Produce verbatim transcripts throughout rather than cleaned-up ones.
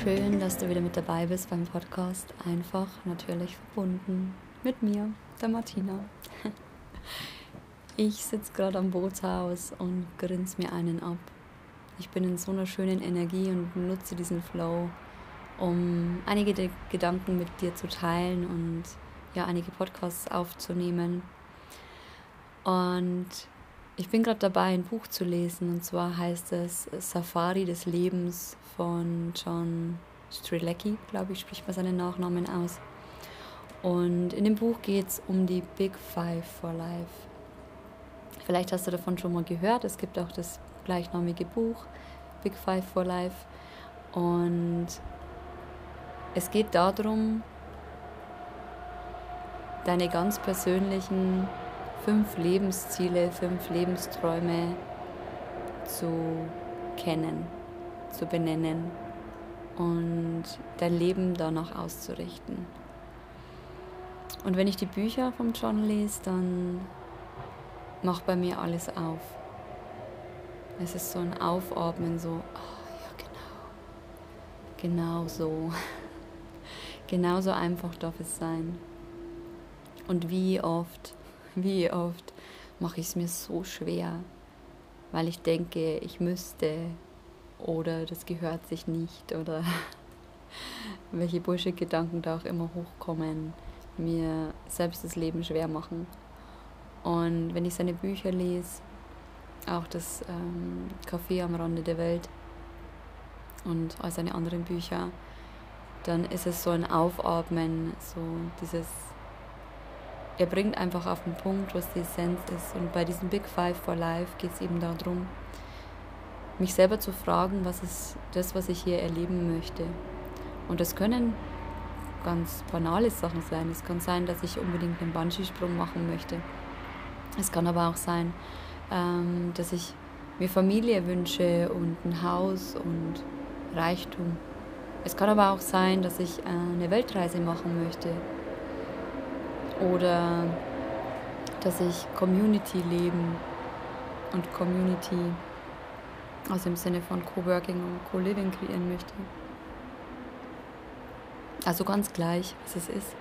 Schön, dass du wieder mit dabei bist beim Podcast Einfach natürlich verbunden mit mir, der Martina. Ich sitze gerade am Bootshaus und grinse mir einen ab. Ich bin in so einer schönen Energie und nutze diesen Flow, um einige de- Gedanken mit dir zu teilen und ja, einige Podcasts aufzunehmen. Und ich bin gerade dabei, ein Buch zu lesen, und zwar heißt es Safari des Lebens von John Strzelecki, glaube ich, spricht man seinen Nachnamen aus. Und in dem Buch geht es um die Big Five for Life. Vielleicht hast du davon schon mal gehört, es gibt auch das gleichnamige Buch Big Five for Life. Und es geht darum, deine ganz persönlichen fünf Lebensziele, fünf Lebensträume zu kennen, zu benennen und dein Leben danach auszurichten. Und wenn ich die Bücher vom John lese, dann macht bei mir alles auf. Es ist so ein Aufatmen, so, oh, ja genau, genau so. Genauso einfach darf es sein. Und wie oft, wie oft mache ich es mir so schwer, weil ich denke, ich müsste oder das gehört sich nicht oder welche Bullshit-Gedanken da auch immer hochkommen, mir selbst das Leben schwer machen. Und wenn ich seine Bücher lese, auch das ähm, Café am Rande der Welt und all seine anderen Bücher, dann ist es so ein Aufatmen, so dieses, er bringt einfach auf den Punkt, was die Essenz ist. Und bei diesem Big Five for Life geht es eben darum, mich selber zu fragen, was ist das, was ich hier erleben möchte. Und das können ganz banale Sachen sein. Es kann sein, dass ich unbedingt einen Bungee-Sprung machen möchte. Es kann aber auch sein, ähm, dass ich mir Familie wünsche und ein Haus und Reichtum. Es kann aber auch sein, dass ich äh, eine Weltreise machen möchte. Oder dass ich Community leben und Community, also im Sinne von Coworking und Co-Living kreieren möchte. Also ganz gleich, was es ist.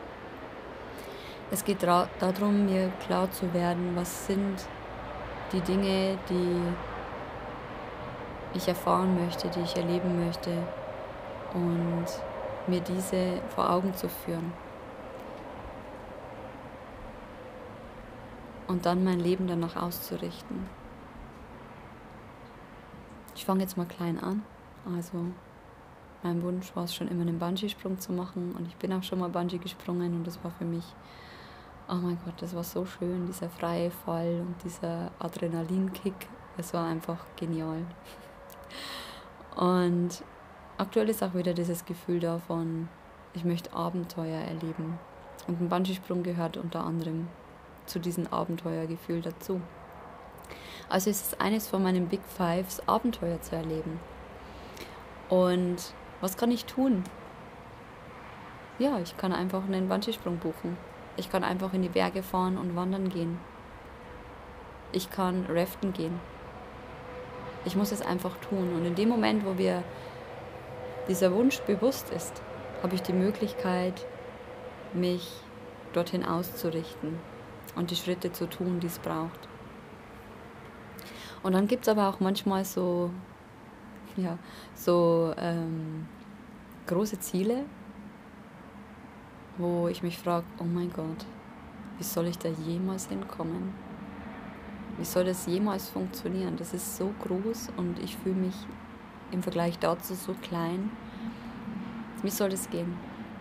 Es geht dra- darum, mir klar zu werden, was sind die Dinge, die ich erfahren möchte, die ich erleben möchte, und mir diese vor Augen zu führen. Und dann mein Leben danach auszurichten. Ich fange jetzt mal klein an. Also mein Wunsch war es schon immer, einen Bungee-Sprung zu machen. Und ich bin auch schon mal Bungee gesprungen. Und das war für mich, oh mein Gott, das war so schön, dieser freie Fall und dieser Adrenalinkick. Es war einfach genial. Und aktuell ist auch wieder dieses Gefühl davon, ich möchte Abenteuer erleben. Und ein Bungee-Sprung gehört unter anderem zu diesem Abenteuergefühl dazu. Also ist es eines von meinen Big Fives, Abenteuer zu erleben. Und was kann ich tun? Ja, ich kann einfach einen Bungee-Sprung buchen. Ich kann einfach in die Berge fahren und wandern gehen. Ich kann raften gehen. Ich muss es einfach tun. Und in dem Moment, wo mir dieser Wunsch bewusst ist, habe ich die Möglichkeit, mich dorthin auszurichten und die Schritte zu tun, die es braucht. Und dann gibt es aber auch manchmal so, ja, so ähm, große Ziele, wo ich mich frage, oh mein Gott, wie soll ich da jemals hinkommen? Wie soll das jemals funktionieren? Das ist so groß und ich fühle mich im Vergleich dazu so klein. Wie soll das gehen?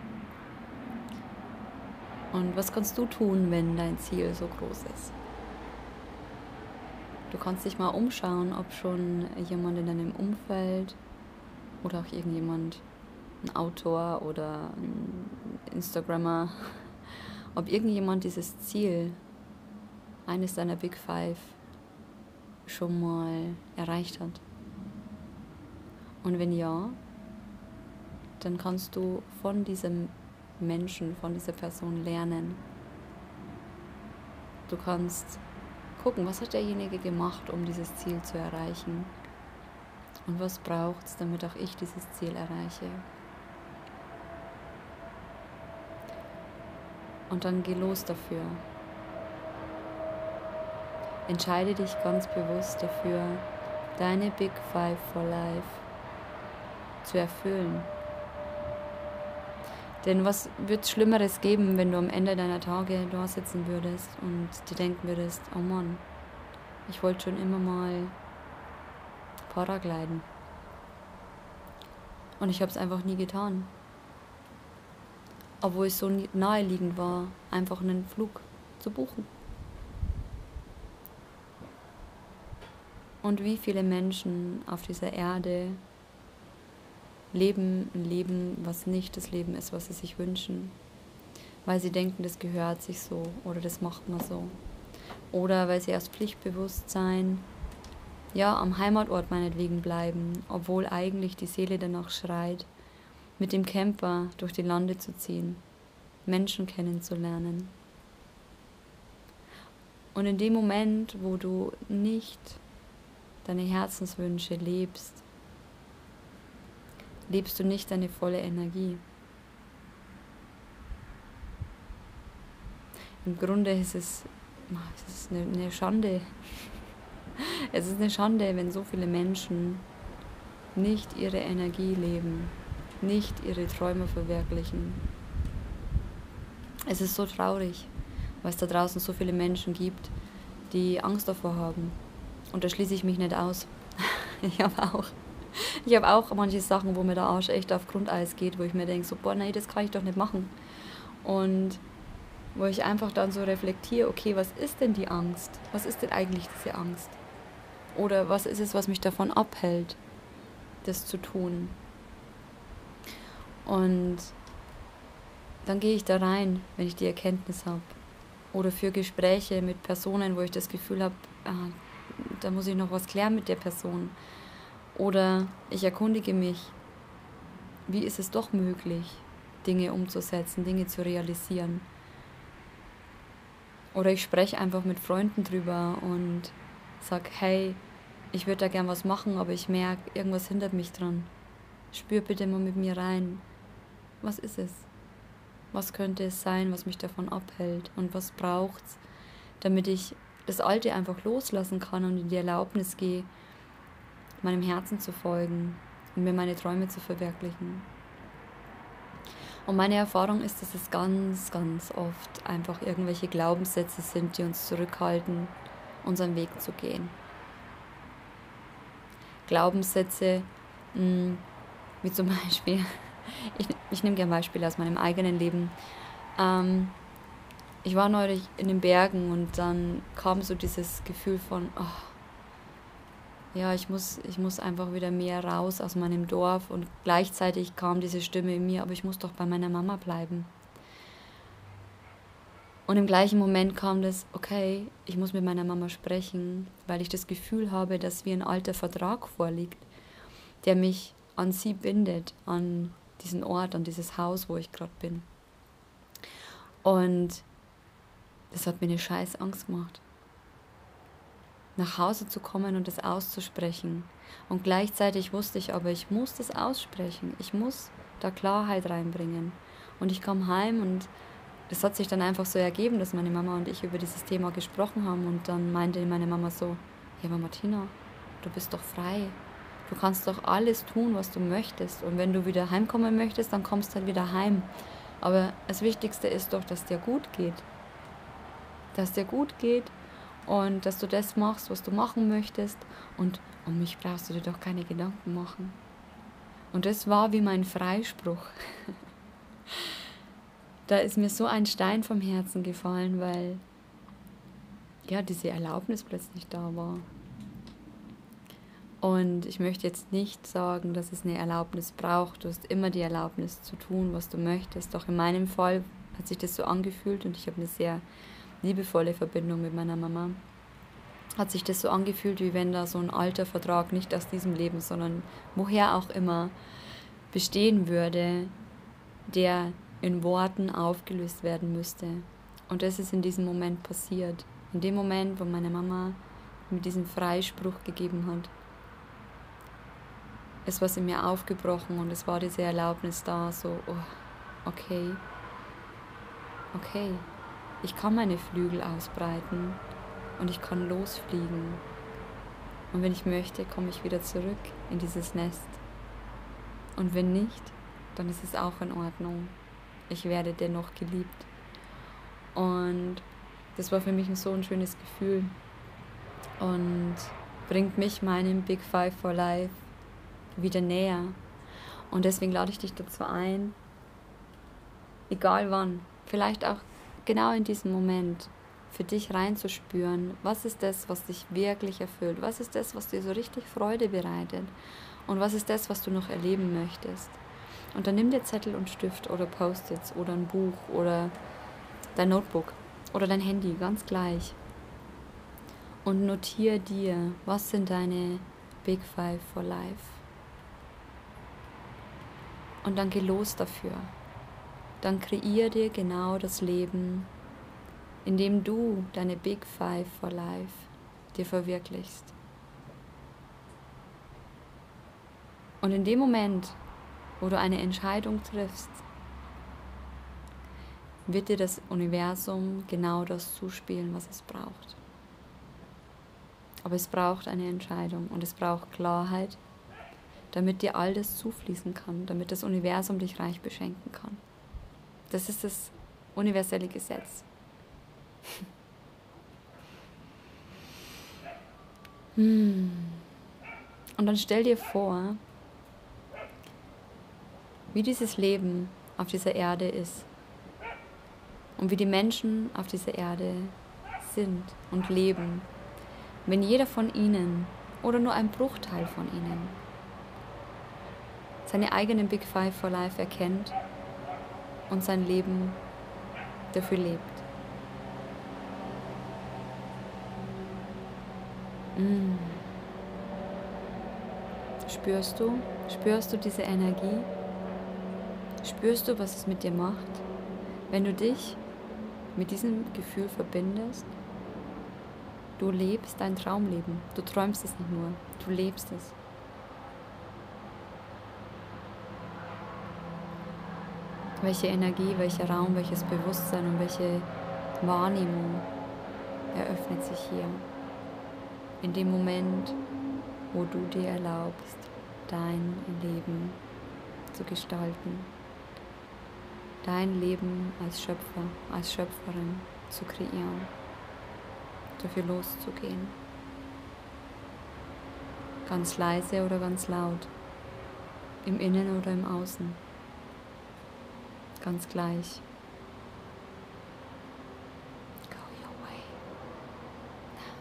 Und was kannst du tun, wenn dein Ziel so groß ist? Du kannst dich mal umschauen, ob schon jemand in deinem Umfeld oder auch irgendjemand, ein Autor oder ein Instagrammer, ob irgendjemand dieses Ziel, eines deiner Big Five, schon mal erreicht hat. Und wenn ja, dann kannst du von diesem Menschen, von dieser Person lernen. Du kannst gucken, was hat derjenige gemacht, um dieses Ziel zu erreichen. Und was braucht es, damit auch ich dieses Ziel erreiche? Und dann geh los dafür. Entscheide dich ganz bewusst dafür, deine Big Five for Life zu erfüllen. Denn was wird es Schlimmeres geben, wenn du am Ende deiner Tage da sitzen würdest und dir denken würdest, oh Mann, ich wollte schon immer mal Paragliden. Und ich habe es einfach nie getan. Obwohl es so naheliegend war, einfach einen Flug zu buchen. Und wie viele Menschen auf dieser Erde leben ein Leben, was nicht das Leben ist, was sie sich wünschen. Weil sie denken, das gehört sich so oder das macht man so. Oder weil sie aus Pflichtbewusstsein ja, am Heimatort meinetwegen bleiben, obwohl eigentlich die Seele danach schreit, mit dem Camper durch die Lande zu ziehen, Menschen kennenzulernen. Und in dem Moment, wo du nicht deine Herzenswünsche lebst, lebst du nicht deine volle Energie. Im Grunde ist es, es ist eine, eine Schande. Es ist eine Schande, wenn so viele Menschen nicht ihre Energie leben, nicht ihre Träume verwirklichen. Es ist so traurig, weil es da draußen so viele Menschen gibt, die Angst davor haben. Und da schließe ich mich nicht aus. Ich habe auch, ich habe auch manche Sachen, wo mir der Arsch echt auf Grundeis geht, wo ich mir denke, so, boah, nee, das kann ich doch nicht machen. Und wo ich einfach dann so reflektiere, okay, was ist denn die Angst? Was ist denn eigentlich diese Angst? Oder was ist es, was mich davon abhält, das zu tun? Und dann gehe ich da rein, wenn ich die Erkenntnis habe. Oder für Gespräche mit Personen, wo ich das Gefühl habe, ah, da muss ich noch was klären mit der Person. Oder ich erkundige mich, wie ist es doch möglich, Dinge umzusetzen, Dinge zu realisieren. Oder ich spreche einfach mit Freunden drüber und sage, hey, ich würde da gern was machen, aber ich merke, irgendwas hindert mich dran. Spür bitte mal mit mir rein. Was ist es? Was könnte es sein, was mich davon abhält? Und was braucht es, damit ich das Alte einfach loslassen kann und in die Erlaubnis gehe, meinem Herzen zu folgen und mir meine Träume zu verwirklichen. Und meine Erfahrung ist, dass es ganz, ganz oft einfach irgendwelche Glaubenssätze sind, die uns zurückhalten, unseren Weg zu gehen. Glaubenssätze, mh, wie zum Beispiel, ich, ich nehme gerne Beispiele aus meinem eigenen Leben. Ähm, ich war neulich in den Bergen und dann kam so dieses Gefühl von, oh, ja, ich muss, ich muss einfach wieder mehr raus aus meinem Dorf, und gleichzeitig kam diese Stimme in mir, aber ich muss doch bei meiner Mama bleiben. Und im gleichen Moment kam das, okay, ich muss mit meiner Mama sprechen, weil ich das Gefühl habe, dass wie ein alter Vertrag vorliegt, der mich an sie bindet, an diesen Ort, an dieses Haus, wo ich gerade bin. Und das hat mir eine scheiß Angst gemacht, nach Hause zu kommen und das auszusprechen. Und gleichzeitig wusste ich aber, ich muss das aussprechen. Ich muss da Klarheit reinbringen. Und ich kam heim und das hat sich dann einfach so ergeben, dass meine Mama und ich über dieses Thema gesprochen haben. Und dann meinte meine Mama so, ja, aber Martina, du bist doch frei. Du kannst doch alles tun, was du möchtest. Und wenn du wieder heimkommen möchtest, dann kommst du halt wieder heim. Aber das Wichtigste ist doch, dass dir gut geht. Dass dir gut geht. Und dass du das machst, was du machen möchtest. Und um mich brauchst du dir doch keine Gedanken machen. Und das war wie mein Freispruch. Da ist mir so ein Stein vom Herzen gefallen, weil ja, diese Erlaubnis plötzlich da war. Und ich möchte jetzt nicht sagen, dass es eine Erlaubnis braucht. Du hast immer die Erlaubnis zu tun, was du möchtest. Doch in meinem Fall hat sich das so angefühlt und ich habe eine sehr liebevolle Verbindung mit meiner Mama. Hat sich das so angefühlt, wie wenn da so ein alter Vertrag nicht aus diesem Leben, sondern woher auch immer bestehen würde, der in Worten aufgelöst werden müsste. Und das ist in diesem Moment passiert. In dem Moment, wo meine Mama mir diesen Freispruch gegeben hat. ist was in mir aufgebrochen und es war diese Erlaubnis da, so, oh, okay, okay, ich kann meine Flügel ausbreiten und ich kann losfliegen. Und wenn ich möchte, komme ich wieder zurück in dieses Nest. Und wenn nicht, dann ist es auch in Ordnung. Ich werde dennoch geliebt. Und das war für mich so ein schönes Gefühl und bringt mich meinem Big Five for Life wieder näher. Und deswegen lade ich dich dazu ein, egal wann, vielleicht auch genau in diesem Moment, für dich reinzuspüren, was ist das, was dich wirklich erfüllt, was ist das, was dir so richtig Freude bereitet und was ist das, was du noch erleben möchtest. Und dann nimm dir Zettel und Stift oder Post-its oder ein Buch oder dein Notebook oder dein Handy, ganz gleich. Und notiere dir, was sind deine Big Five for Life. Und dann geh los dafür. Dann kreier dir genau das Leben, in dem du deine Big Five for Life dir verwirklichst. Und in dem Moment, wo du eine Entscheidung triffst, wird dir das Universum genau das zuspielen, was es braucht. Aber es braucht eine Entscheidung und es braucht Klarheit, damit dir all das zufließen kann, damit das Universum dich reich beschenken kann. Das ist das universelle Gesetz. hm. Und dann stell dir vor, wie dieses Leben auf dieser Erde ist und wie die Menschen auf dieser Erde sind und leben, wenn jeder von ihnen oder nur ein Bruchteil von ihnen seine eigenen Big Five for Life erkennt und sein Leben dafür lebt. Mm. Spürst du? Spürst du diese Energie? Spürst du, was es mit dir macht, wenn du dich mit diesem Gefühl verbindest? Du lebst dein Traumleben. Du träumst es nicht nur, du lebst es. Welche Energie, welcher Raum, welches Bewusstsein und welche Wahrnehmung eröffnet sich hier in dem Moment, wo du dir erlaubst, dein Leben zu gestalten, dein Leben als Schöpfer, als Schöpferin zu kreieren, dafür loszugehen. Ganz leise oder ganz laut, im Innen oder im Außen. Ganz gleich. Go your way. Now.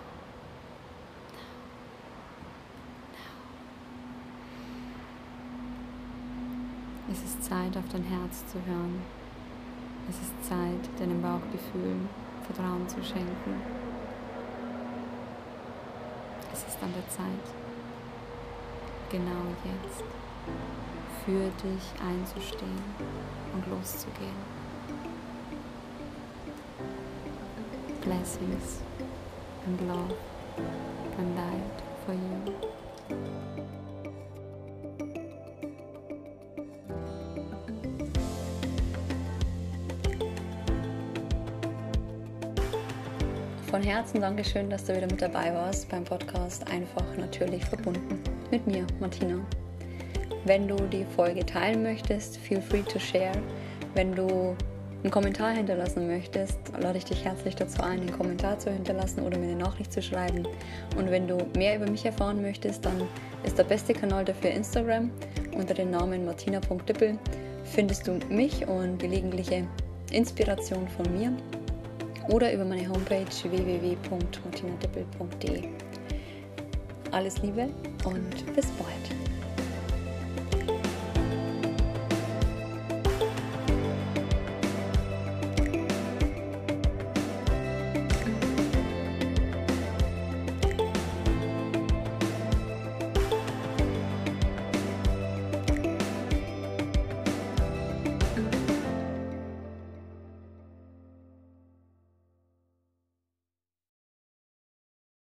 Now. Now. Es ist Zeit, auf dein Herz zu hören. Es ist Zeit, deinem Bauchgefühl Vertrauen zu schenken. Es ist an der Zeit, genau jetzt, für dich einzustehen und loszugehen. Blessings and love and light for you. Von Herzen Dankeschön, dass du wieder mit dabei warst beim Podcast Einfach Natürlich Verbunden mit mir, Martina. Wenn du die Folge teilen möchtest, feel free to share. Wenn du einen Kommentar hinterlassen möchtest, lade ich dich herzlich dazu ein, einen Kommentar zu hinterlassen oder mir eine Nachricht zu schreiben. Und wenn du mehr über mich erfahren möchtest, dann ist der beste Kanal dafür Instagram. Unter dem Namen martina punkt dippel findest du mich und gelegentliche Inspiration von mir. Oder über meine Homepage w w w punkt martina dippel punkt d e. Alles Liebe und bis bald.